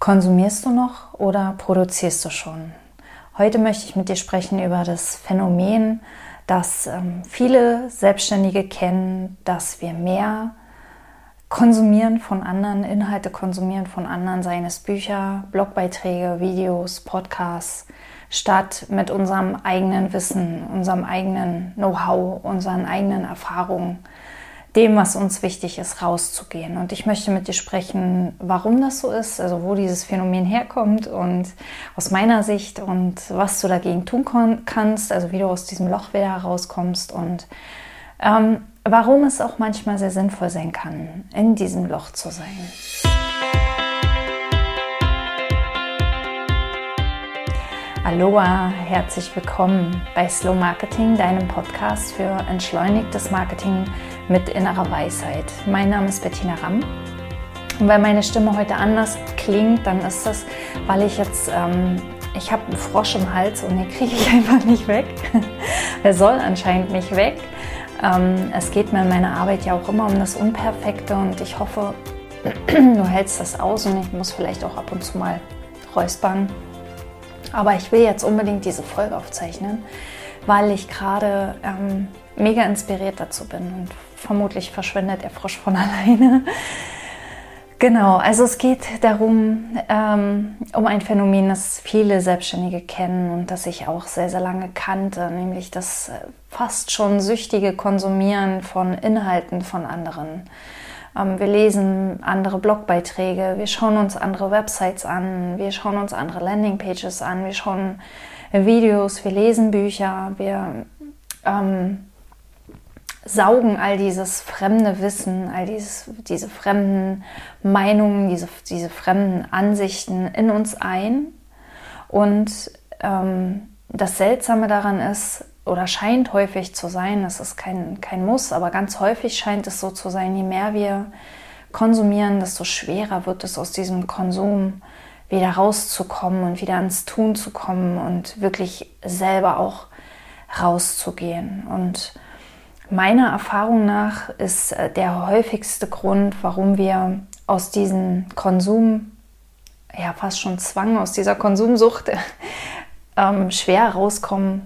Konsumierst du noch oder produzierst du schon? Heute möchte ich mit dir sprechen über das Phänomen, das viele Selbstständige kennen, dass wir mehr konsumieren von anderen, Inhalte konsumieren von anderen, seien es Bücher, Blogbeiträge, Videos, Podcasts, statt mit unserem eigenen Wissen, unserem eigenen Know-how, unseren eigenen Erfahrungen, dem, was uns wichtig ist, rauszugehen. Und ich möchte mit dir sprechen, warum das so ist, also wo dieses Phänomen herkommt und aus meiner Sicht und was du dagegen tun kannst, also wie du aus diesem Loch wieder rauskommst und warum es auch manchmal sehr sinnvoll sein kann, in diesem Loch zu sein. Aloha, herzlich willkommen bei Slow Marketing, deinem Podcast für entschleunigtes Marketing mit innerer Weisheit. Mein Name ist Bettina Ramm und weil meine Stimme heute anders klingt, dann ist das, weil ich jetzt, ich habe einen Frosch im Hals und den kriege ich einfach nicht weg. Der soll anscheinend nicht weg. Es geht mir in meiner Arbeit ja auch immer um das Unperfekte und ich hoffe, du hältst das aus und ich muss vielleicht auch ab und zu mal räuspern. Aber ich will jetzt unbedingt diese Folge aufzeichnen, weil ich gerade mega inspiriert dazu bin und vermutlich verschwindet der Frosch von alleine. Genau, also es geht darum, um ein Phänomen, das viele Selbstständige kennen und das ich auch sehr, sehr lange kannte, nämlich das fast schon süchtige Konsumieren von Inhalten von anderen. Wir lesen andere Blogbeiträge, wir schauen uns andere Websites an, wir schauen uns andere Landingpages an, wir schauen Videos, wir lesen Bücher, wir saugen all dieses fremde Wissen, all diese fremden Meinungen, diese fremden Ansichten in uns ein. Und das Seltsame daran ist, oder scheint häufig zu sein, das ist kein Muss, aber ganz häufig scheint es so zu sein, je mehr wir konsumieren, desto schwerer wird es, aus diesem Konsum wieder rauszukommen und wieder ans Tun zu kommen und wirklich selber auch rauszugehen. Und meiner Erfahrung nach ist der häufigste Grund, warum wir aus diesem Konsum, ja fast schon Zwang, aus dieser Konsumsucht schwer rauskommen,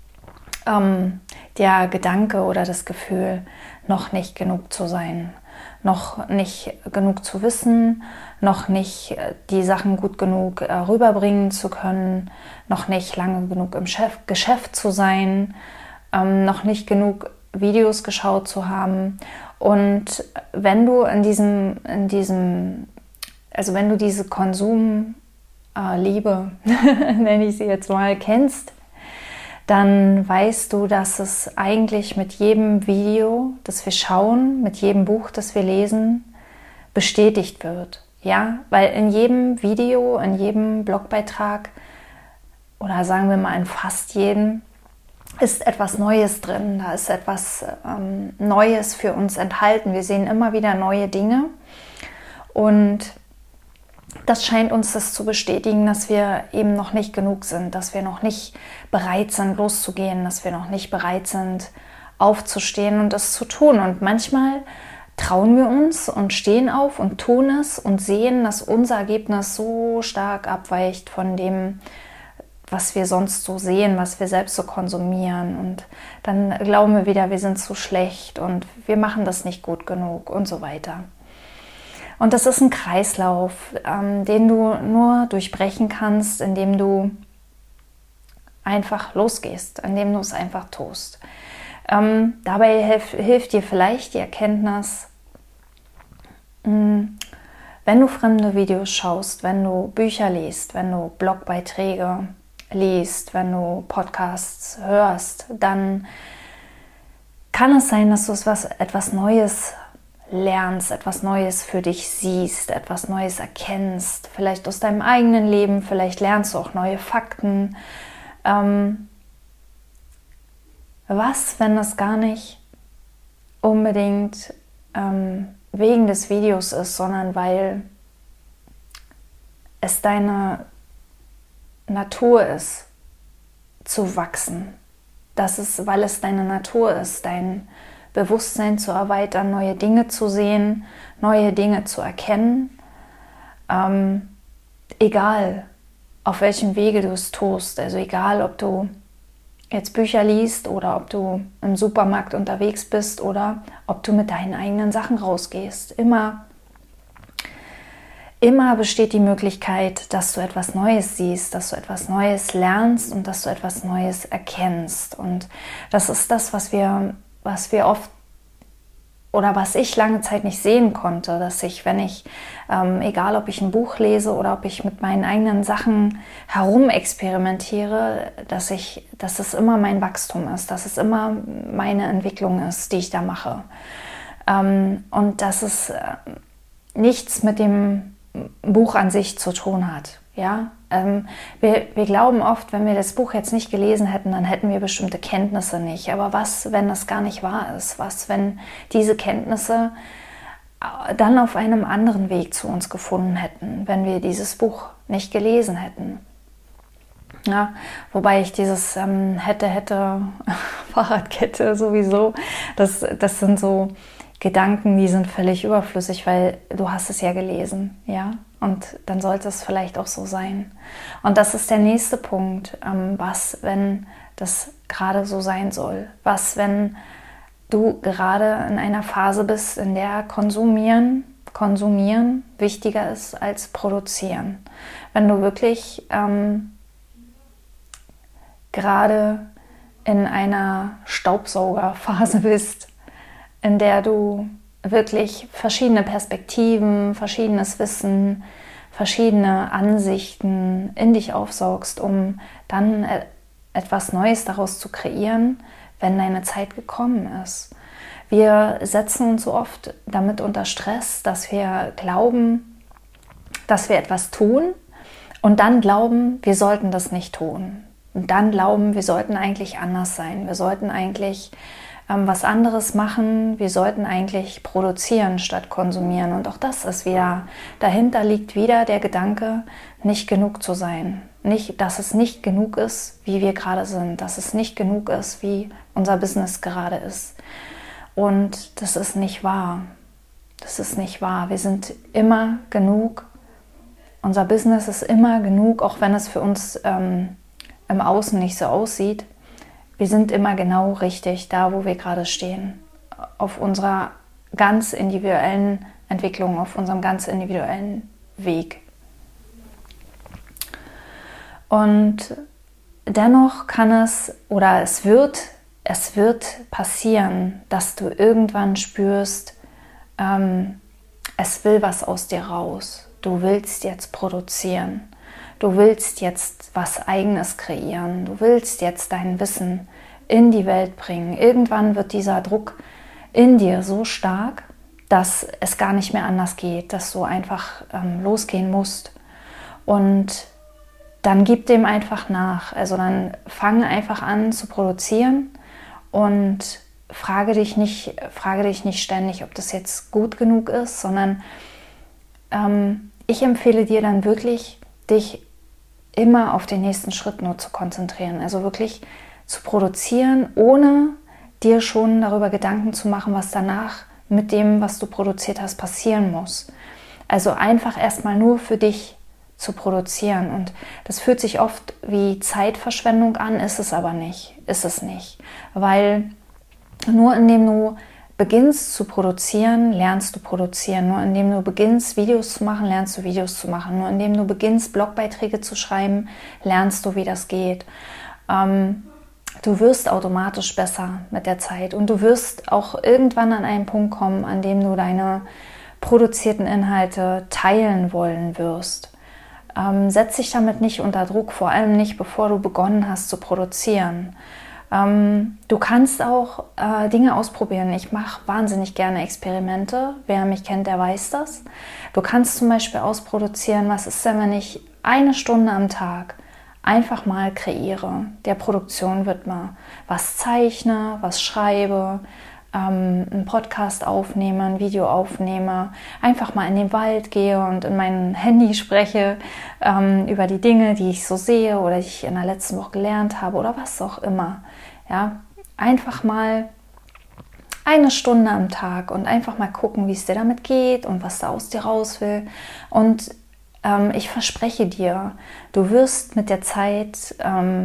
der Gedanke oder das Gefühl, noch nicht genug zu sein, noch nicht genug zu wissen, noch nicht die Sachen gut genug rüberbringen zu können, noch nicht lange genug im Geschäft zu sein, noch nicht genug Videos geschaut zu haben. Und wenn du also wenn du diese Konsumliebe, nenne ich sie jetzt mal, kennst, dann weißt du, dass es eigentlich mit jedem Video, das wir schauen, mit jedem Buch, das wir lesen, bestätigt wird. Ja, weil in jedem Video, in jedem Blogbeitrag oder sagen wir mal in fast jedem ist etwas Neues drin. Da ist etwas Neues für uns enthalten. Wir sehen immer wieder neue Dinge und das scheint uns das zu bestätigen, dass wir eben noch nicht genug sind, dass wir noch nicht bereit sind, loszugehen, dass wir noch nicht bereit sind, aufzustehen und das zu tun. Und manchmal trauen wir uns und stehen auf und tun es und sehen, dass unser Ergebnis so stark abweicht von dem, was wir sonst so sehen, was wir selbst so konsumieren. Und dann glauben wir wieder, wir sind zu schlecht und wir machen das nicht gut genug und so weiter. Und das ist ein Kreislauf, den du nur durchbrechen kannst, indem du einfach losgehst, indem du es einfach tust. Dabei hilft dir vielleicht die Erkenntnis, wenn du fremde Videos schaust, wenn du Bücher liest, wenn du Blogbeiträge liest, wenn du Podcasts hörst, dann kann es sein, dass du etwas Neues lernst, etwas Neues für dich siehst, etwas Neues erkennst, vielleicht aus deinem eigenen Leben, vielleicht lernst du auch neue Fakten. Was, wenn das gar nicht unbedingt wegen des Videos ist, sondern weil es deine Natur ist, zu wachsen. Weil es deine Natur ist, dein Bewusstsein zu erweitern, neue Dinge zu sehen, neue Dinge zu erkennen, egal auf welchem Wege du es tust, also egal ob du jetzt Bücher liest oder ob du im Supermarkt unterwegs bist oder ob du mit deinen eigenen Sachen rausgehst, immer besteht die Möglichkeit, dass du etwas Neues siehst, dass du etwas Neues lernst und dass du etwas Neues erkennst. Und das ist das, was wir oft oder was ich lange Zeit nicht sehen konnte, dass ich, wenn ich, egal ob ich ein Buch lese oder ob ich mit meinen eigenen Sachen herumexperimentiere, dass es immer mein Wachstum ist, dass es immer meine Entwicklung ist, die ich da mache. Und dass es nichts mit dem Buch an sich zu tun hat. Ja? Wir glauben oft, wenn wir das Buch jetzt nicht gelesen hätten, dann hätten wir bestimmte Kenntnisse nicht. Aber was, wenn das gar nicht wahr ist? Was, wenn diese Kenntnisse dann auf einem anderen Weg zu uns gefunden hätten, wenn wir dieses Buch nicht gelesen hätten? Ja, wobei ich dieses hätte, Fahrradkette sowieso, das sind so Gedanken, die sind völlig überflüssig, weil du hast es ja gelesen, ja, und dann sollte es vielleicht auch so sein. Und das ist der nächste Punkt, was, wenn das gerade so sein soll? Was, wenn du gerade in einer Phase bist, in der Konsumieren wichtiger ist als Produzieren? Wenn du wirklich gerade in einer Staubsaugerphase bist, in der du wirklich verschiedene Perspektiven, verschiedenes Wissen, verschiedene Ansichten in dich aufsaugst, um dann etwas Neues daraus zu kreieren, wenn deine Zeit gekommen ist. Wir setzen uns so oft damit unter Stress, dass wir glauben, dass wir etwas tun und dann glauben, wir sollten das nicht tun. Und dann glauben, wir sollten eigentlich anders sein. Wir sollten eigentlich was anderes machen. Wir sollten eigentlich produzieren statt konsumieren. Und auch das ist wieder, dahinter liegt wieder der Gedanke, nicht genug zu sein. Nicht, dass es nicht genug ist, wie wir gerade sind. Dass es nicht genug ist, wie unser Business gerade ist. Und das ist nicht wahr. Das ist nicht wahr. Wir sind immer genug. Unser Business ist immer genug, auch wenn es für uns im Außen nicht so aussieht. Wir sind immer genau richtig da, wo wir gerade stehen. Auf unserer ganz individuellen Entwicklung, auf unserem ganz individuellen Weg. Und dennoch kann es wird passieren, dass du irgendwann spürst, es will was aus dir raus. Du willst jetzt produzieren. Du willst jetzt was Eigenes kreieren. Du willst jetzt dein Wissen in die Welt bringen. Irgendwann wird dieser Druck in dir so stark, dass es gar nicht mehr anders geht, dass du einfach losgehen musst. Und dann gib dem einfach nach. Also dann fang einfach an zu produzieren und frage dich nicht ständig, ob das jetzt gut genug ist, sondern ich empfehle dir dann wirklich, dich immer auf den nächsten Schritt nur zu konzentrieren. Also wirklich zu produzieren, ohne dir schon darüber Gedanken zu machen, was danach mit dem, was du produziert hast, passieren muss. Also einfach erstmal nur für dich zu produzieren. Und das fühlt sich oft wie Zeitverschwendung an, ist es aber nicht. Ist es nicht. Weil nur indem du beginnst zu produzieren, lernst du produzieren. Nur indem du beginnst, Videos zu machen, lernst du Videos zu machen. Nur indem du beginnst, Blogbeiträge zu schreiben, lernst du, wie das geht. Du wirst automatisch besser mit der Zeit und du wirst auch irgendwann an einen Punkt kommen, an dem du deine produzierten Inhalte teilen wollen wirst. Setz dich damit nicht unter Druck, vor allem nicht, bevor du begonnen hast zu produzieren. Du kannst auch Dinge ausprobieren. Ich mache wahnsinnig gerne Experimente. Wer mich kennt, der weiß das. Du kannst zum Beispiel ausproduzieren, was ist denn, wenn ich 1 Stunde am Tag einfach mal kreiere, der Produktion widme, was zeichne, was schreibe, einen Podcast aufnehme, ein Video aufnehme, einfach mal in den Wald gehe und in mein Handy spreche über die Dinge, die ich so sehe oder die ich in der letzten Woche gelernt habe oder was auch immer. Ja, einfach mal 1 Stunde am Tag und einfach mal gucken, wie es dir damit geht und was da aus dir raus will. Und ich verspreche dir, du wirst mit der Zeit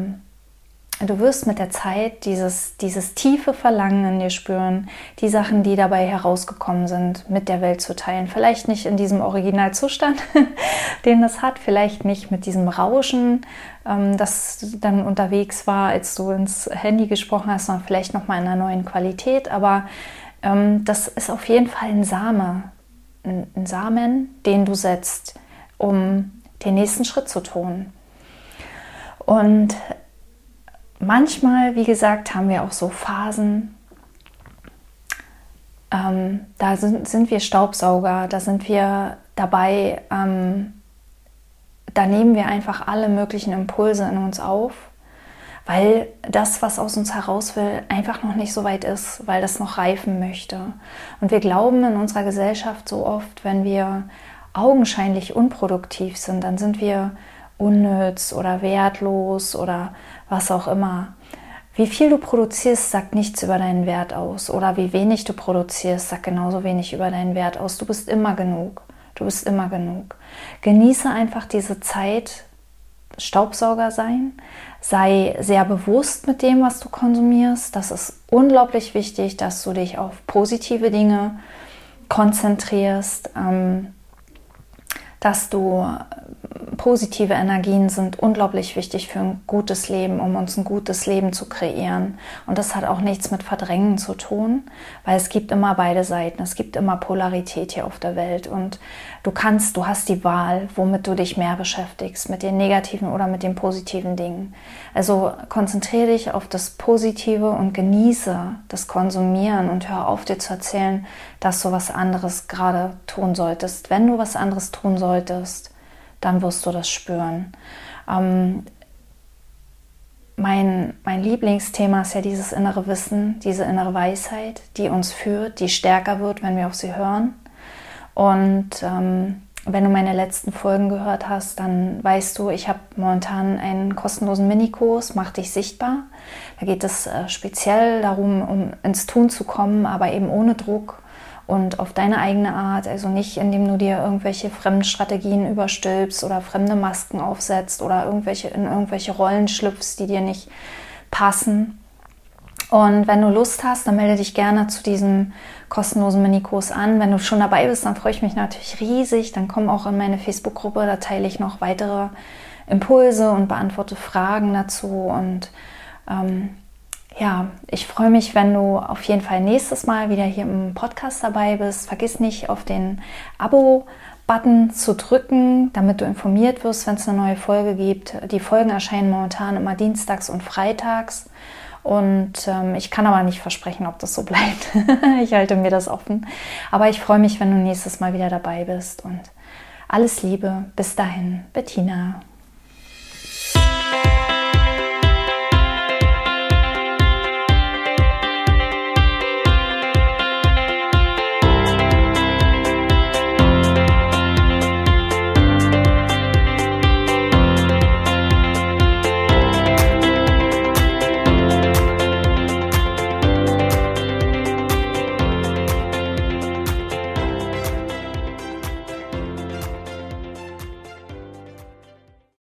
dieses tiefe Verlangen in dir spüren, die Sachen, die dabei herausgekommen sind, mit der Welt zu teilen. Vielleicht nicht in diesem Originalzustand, den das hat, vielleicht nicht mit diesem Rauschen, das dann unterwegs war, als du ins Handy gesprochen hast, sondern vielleicht nochmal in einer neuen Qualität. Aber das ist auf jeden Fall ein Samen, den du setzt, um den nächsten Schritt zu tun. Und manchmal, wie gesagt, haben wir auch so Phasen, da sind wir Staubsauger, da sind wir dabei, da nehmen wir einfach alle möglichen Impulse in uns auf, weil das, was aus uns heraus will, einfach noch nicht so weit ist, weil das noch reifen möchte. Und wir glauben in unserer Gesellschaft so oft, wenn wir augenscheinlich unproduktiv sind, dann sind wir unnütz oder wertlos oder was auch immer. Wie viel du produzierst, sagt nichts über deinen Wert aus. Oder wie wenig du produzierst, sagt genauso wenig über deinen Wert aus. Du bist immer genug. Du bist immer genug. Genieße einfach diese Zeit, Staubsauger sein. Sei sehr bewusst mit dem, was du konsumierst. Das ist unglaublich wichtig, dass du dich auf positive Dinge konzentrierst, dass du positive Energien sind unglaublich wichtig für ein gutes Leben, um uns ein gutes Leben zu kreieren. Und das hat auch nichts mit Verdrängen zu tun, weil es gibt immer beide Seiten. Es gibt immer Polarität hier auf der Welt. Und du hast die Wahl, womit du dich mehr beschäftigst, mit den negativen oder mit den positiven Dingen. Also konzentriere dich auf das Positive und genieße das Konsumieren und hör auf, dir zu erzählen, dass du was anderes gerade tun solltest. Wenn du was anderes tun solltest, dann wirst du das spüren. Mein Lieblingsthema ist ja dieses innere Wissen, diese innere Weisheit, die uns führt, die stärker wird, wenn wir auf sie hören. Und wenn du meine letzten Folgen gehört hast, dann weißt du, ich habe momentan einen kostenlosen Minikurs, Mach dich sichtbar. Da geht es speziell darum, um ins Tun zu kommen, aber eben ohne Druck und auf deine eigene Art, also nicht, indem du dir irgendwelche fremden Strategien überstülpst oder fremde Masken aufsetzt oder in irgendwelche Rollen schlüpfst, die dir nicht passen. Und wenn du Lust hast, dann melde dich gerne zu diesem kostenlosen Minikurs an. Wenn du schon dabei bist, dann freue ich mich natürlich riesig. Dann komm auch in meine Facebook-Gruppe, da teile ich noch weitere Impulse und beantworte Fragen dazu. Und ich freue mich, wenn du auf jeden Fall nächstes Mal wieder hier im Podcast dabei bist. Vergiss nicht, auf den Abo-Button zu drücken, damit du informiert wirst, wenn es eine neue Folge gibt. Die Folgen erscheinen momentan immer dienstags und freitags. Und ich kann aber nicht versprechen, ob das so bleibt. Ich halte mir das offen. Aber ich freue mich, wenn du nächstes Mal wieder dabei bist. Und alles Liebe. Bis dahin, Bettina.